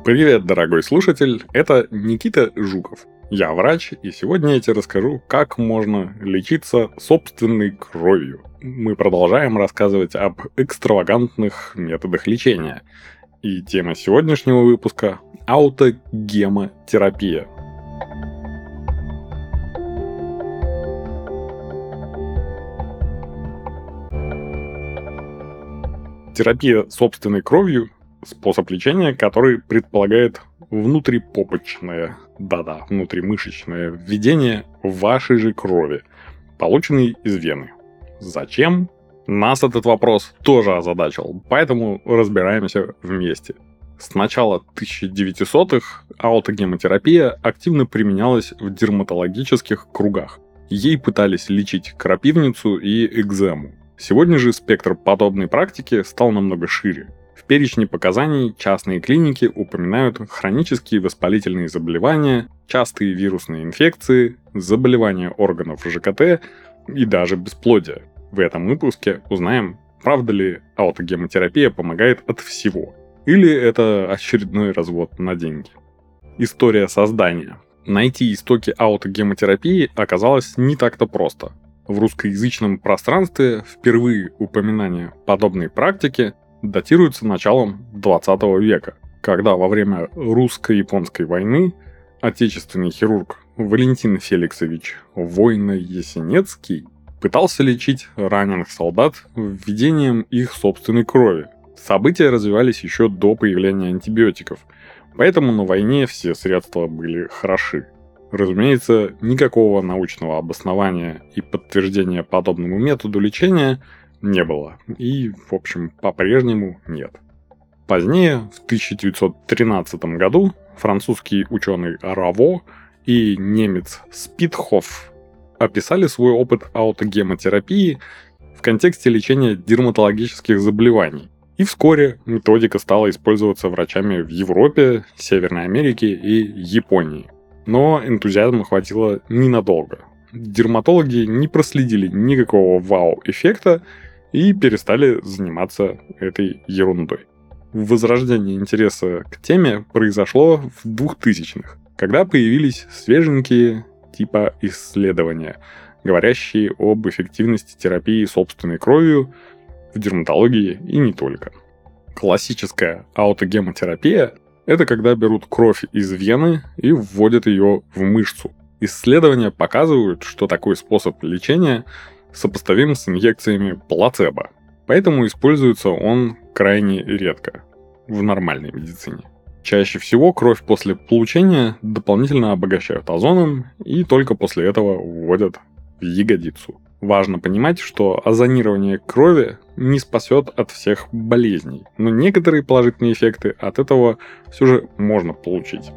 Привет, дорогой слушатель, это Никита Жуков. Я врач, и сегодня я тебе расскажу, как можно лечиться собственной кровью. Мы продолжаем рассказывать об экстравагантных методах лечения. И тема сегодняшнего выпуска – аутогемотерапия. Терапия собственной кровью – способ лечения, который предполагает внутрипопочное, внутримышечное введение вашей же крови, полученной из вены. Зачем? Нас этот вопрос тоже озадачил, поэтому разбираемся вместе. С начала 1900-х аутогемотерапия активно применялась в дерматологических кругах. Ей пытались лечить крапивницу и экзему. Сегодня же спектр подобной практики стал намного шире. В перечне показаний частные клиники упоминают хронические воспалительные заболевания, частые вирусные инфекции, заболевания органов ЖКТ и даже бесплодие. В этом выпуске узнаем, правда ли аутогемотерапия помогает от всего, или это очередной развод на деньги. История создания. Найти истоки аутогемотерапии оказалось не так-то просто. В русскоязычном пространстве впервые упоминание подобной практики датируется началом 20 века, когда во время русско-японской войны отечественный хирург Валентин Феликсович Войно-Ясенецкий пытался лечить раненых солдат введением их собственной крови. События развивались еще до появления антибиотиков, поэтому на войне все средства были хороши. Разумеется, никакого научного обоснования и подтверждения подобному методу лечения не было. И, в общем, по-прежнему нет. Позднее, в 1913 году, французский ученый Раво и немец Спитхоф описали свой опыт аутогемотерапии в контексте лечения дерматологических заболеваний. И вскоре методика стала использоваться врачами в Европе, Северной Америке и Японии. Но энтузиазма хватило ненадолго. Дерматологи не проследили никакого вау-эффекта и перестали заниматься этой ерундой. Возрождение интереса к теме произошло в 2000-х, когда появились свеженькие типа исследования, говорящие об эффективности терапии собственной кровью в дерматологии и не только. Классическая аутогемотерапия – это когда берут кровь из вены и вводят ее в мышцу. Исследования показывают, что такой способ лечения сопоставим с инъекциями плацебо, поэтому используется он крайне редко в нормальной медицине. Чаще всего кровь после получения дополнительно обогащают озоном и только после этого вводят в ягодицу. Важно понимать, что озонирование крови не спасет от всех болезней, но некоторые положительные эффекты от этого все же можно получить.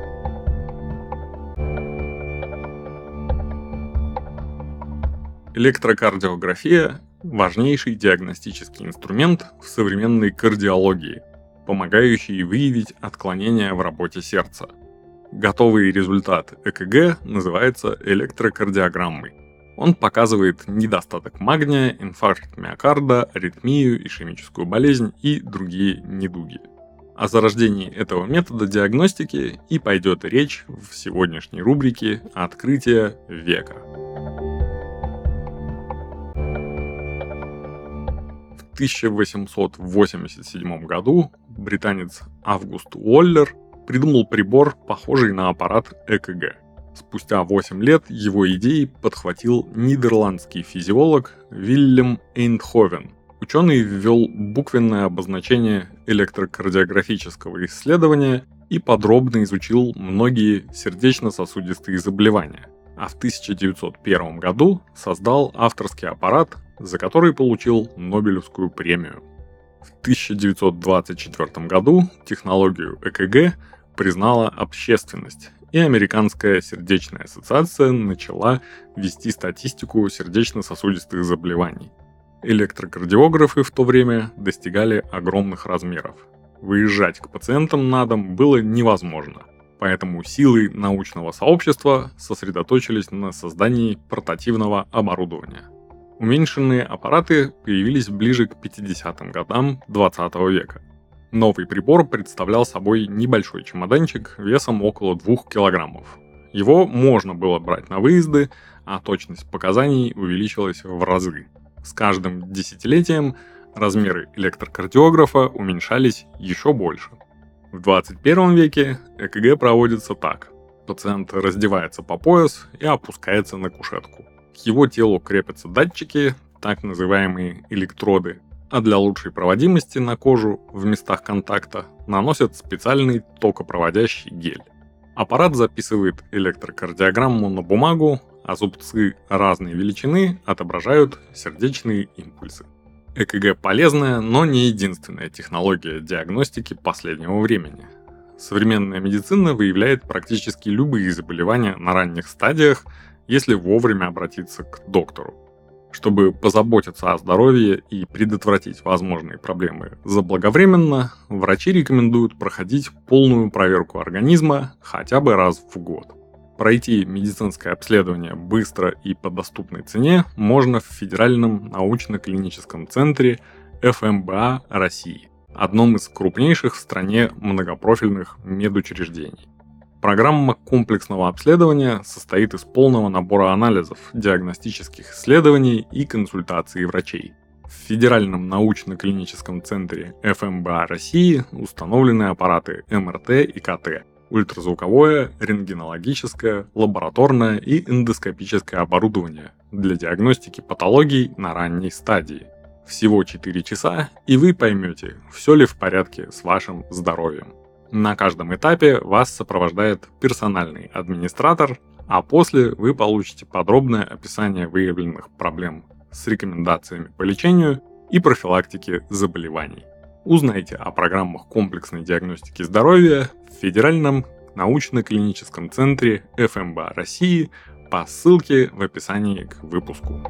Электрокардиография – важнейший диагностический инструмент в современной кардиологии, помогающий выявить отклонения в работе сердца. Готовый результат ЭКГ называется электрокардиограммой. Он показывает недостаток магния, инфаркт миокарда, аритмию, ишемическую болезнь и другие недуги. О зарождении этого метода диагностики и пойдет речь в сегодняшней рубрике «Открытие века». В 1887 году британец Август Уоллер придумал прибор, похожий на аппарат ЭКГ. Спустя 8 лет его идеи подхватил нидерландский физиолог Вильям Эйндховен. Ученый ввел буквенное обозначение электрокардиографического исследования и подробно изучил многие сердечно-сосудистые заболевания. А в 1901 году создал авторский аппарат, за который получил Нобелевскую премию. В 1924 году технологию ЭКГ признала общественность, и Американская сердечная ассоциация начала вести статистику сердечно-сосудистых заболеваний. Электрокардиографы в то время достигали огромных размеров. Выезжать к пациентам на дом было невозможно, поэтому силы научного сообщества сосредоточились на создании портативного оборудования. Уменьшенные аппараты появились ближе к 50-м годам 20 века. Новый прибор представлял собой небольшой чемоданчик весом около 2 килограммов. Его можно было брать на выезды, а точность показаний увеличилась в разы. С каждым десятилетием размеры электрокардиографа уменьшались еще больше. В 21 веке ЭКГ проводится так. Пациент раздевается по пояс и опускается на кушетку. К его телу крепятся датчики, так называемые электроды, а для лучшей проводимости на кожу в местах контакта наносят специальный токопроводящий гель. Аппарат записывает электрокардиограмму на бумагу, а зубцы разной величины отображают сердечные импульсы. ЭКГ полезная, но не единственная технология диагностики последнего времени. Современная медицина выявляет практически любые заболевания на ранних стадиях, если вовремя обратиться к доктору. Чтобы позаботиться о здоровье и предотвратить возможные проблемы заблаговременно, врачи рекомендуют проходить полную проверку организма хотя бы раз в год. Пройти медицинское обследование быстро и по доступной цене можно в Федеральном научно-клиническом центре ФМБА России, одном из крупнейших в стране многопрофильных медучреждений. Программа комплексного обследования состоит из полного набора анализов, диагностических исследований и консультаций врачей. В Федеральном научно-клиническом центре ФМБА России установлены аппараты МРТ и КТ, ультразвуковое, рентгенологическое, лабораторное и эндоскопическое оборудование для диагностики патологий на ранней стадии. Всего 4 часа, и вы поймете, все ли в порядке с вашим здоровьем. На каждом этапе вас сопровождает персональный администратор, а после вы получите подробное описание выявленных проблем с рекомендациями по лечению и профилактике заболеваний. Узнайте о программах комплексной диагностики здоровья в Федеральном научно-клиническом центре ФМБА России по ссылке в описании к выпуску.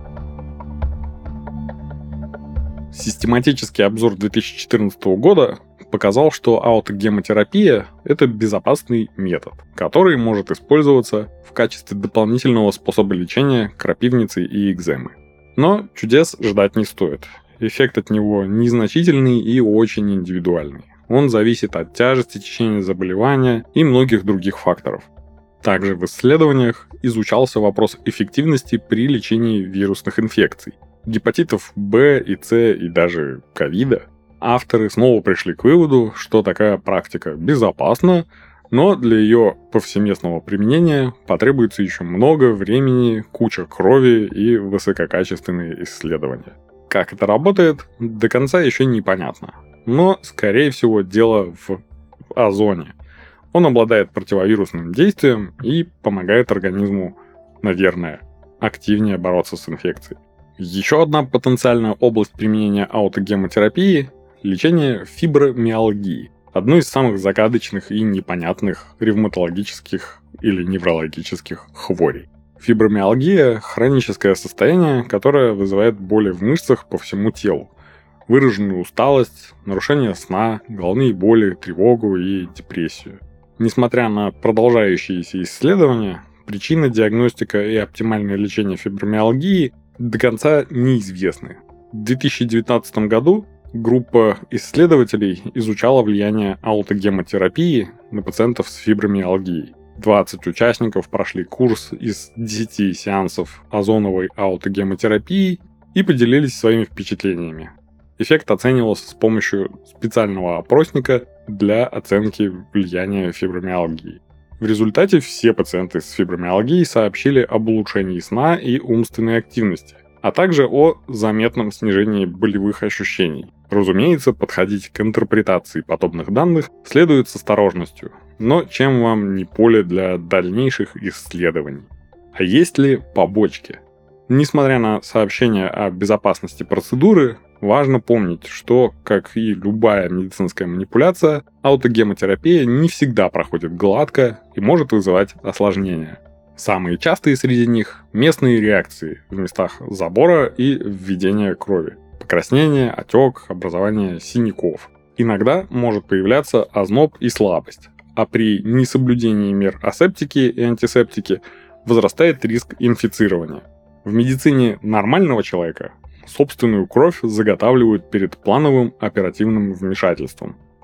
Систематический обзор 2014 года показал, что аутогемотерапия – это безопасный метод, который может использоваться в качестве дополнительного способа лечения крапивницы и экземы. Но чудес ждать не стоит. Эффект от него незначительный и очень индивидуальный. Он зависит от тяжести течения заболевания и многих других факторов. Также в исследованиях изучался вопрос эффективности при лечении вирусных инфекций, гепатитов Б и С и даже ковида. Авторы снова пришли к выводу, что такая практика безопасна, но для ее повсеместного применения потребуется еще много времени, куча крови и высококачественные исследования. Как это работает, до конца еще непонятно. Но, скорее всего, дело в озоне. Он обладает противовирусным действием и помогает организму, наверное, активнее бороться с инфекцией. Еще одна потенциальная область применения аутогемотерапии – лечение фибромиалгии, одной из самых загадочных и непонятных ревматологических или неврологических хворей. Фибромиалгия – хроническое состояние, которое вызывает боли в мышцах по всему телу, выраженную усталость, нарушение сна, головные боли, тревогу и депрессию. Несмотря на продолжающиеся исследования, причина, диагностика и оптимальное лечение фибромиалгии до конца неизвестны. В 2019 году группа исследователей изучала влияние аутогемотерапии на пациентов с фибромиалгией. 20 участников прошли курс из 10 сеансов озоновой аутогемотерапии и поделились своими впечатлениями. Эффект оценивался с помощью специального опросника для оценки влияния фибромиалгии. В результате все пациенты с фибромиалгией сообщили об улучшении сна и умственной активности, а также о заметном снижении болевых ощущений. Разумеется, подходить к интерпретации подобных данных следует с осторожностью, но чем вам не поле для дальнейших исследований. А есть ли побочки? Несмотря на сообщения о безопасности процедуры, важно помнить, что, как и любая медицинская манипуляция, аутогемотерапия не всегда проходит гладко и может вызывать осложнения. Самые частые среди них – местные реакции в местах забора и введения крови, покраснение, отек, образование синяков. Иногда может появляться озноб и слабость, а при несоблюдении мер асептики и антисептики возрастает риск инфицирования. В медицине нормального человека собственную кровь заготавливают перед плановым оперативным вмешательством,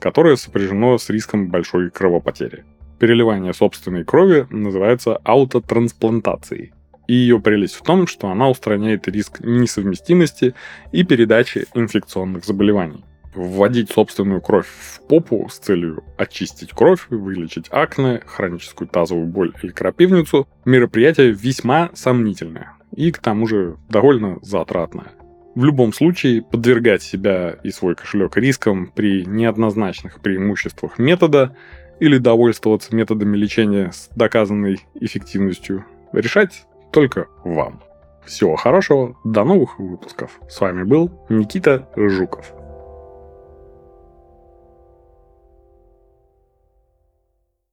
которое сопряжено с риском большой кровопотери. Переливание собственной крови называется аутотрансплантацией. И ее прелесть в том, что она устраняет риск несовместимости и передачи инфекционных заболеваний. Вводить собственную кровь в попу с целью очистить кровь, вылечить акне, хроническую тазовую боль или крапивницу – мероприятие весьма сомнительное и к тому же довольно затратное. В любом случае, подвергать себя и свой кошелек рискам при неоднозначных преимуществах метода или довольствоваться методами лечения с доказанной эффективностью решать только вам. Всего хорошего, до новых выпусков. С вами был Никита Жуков.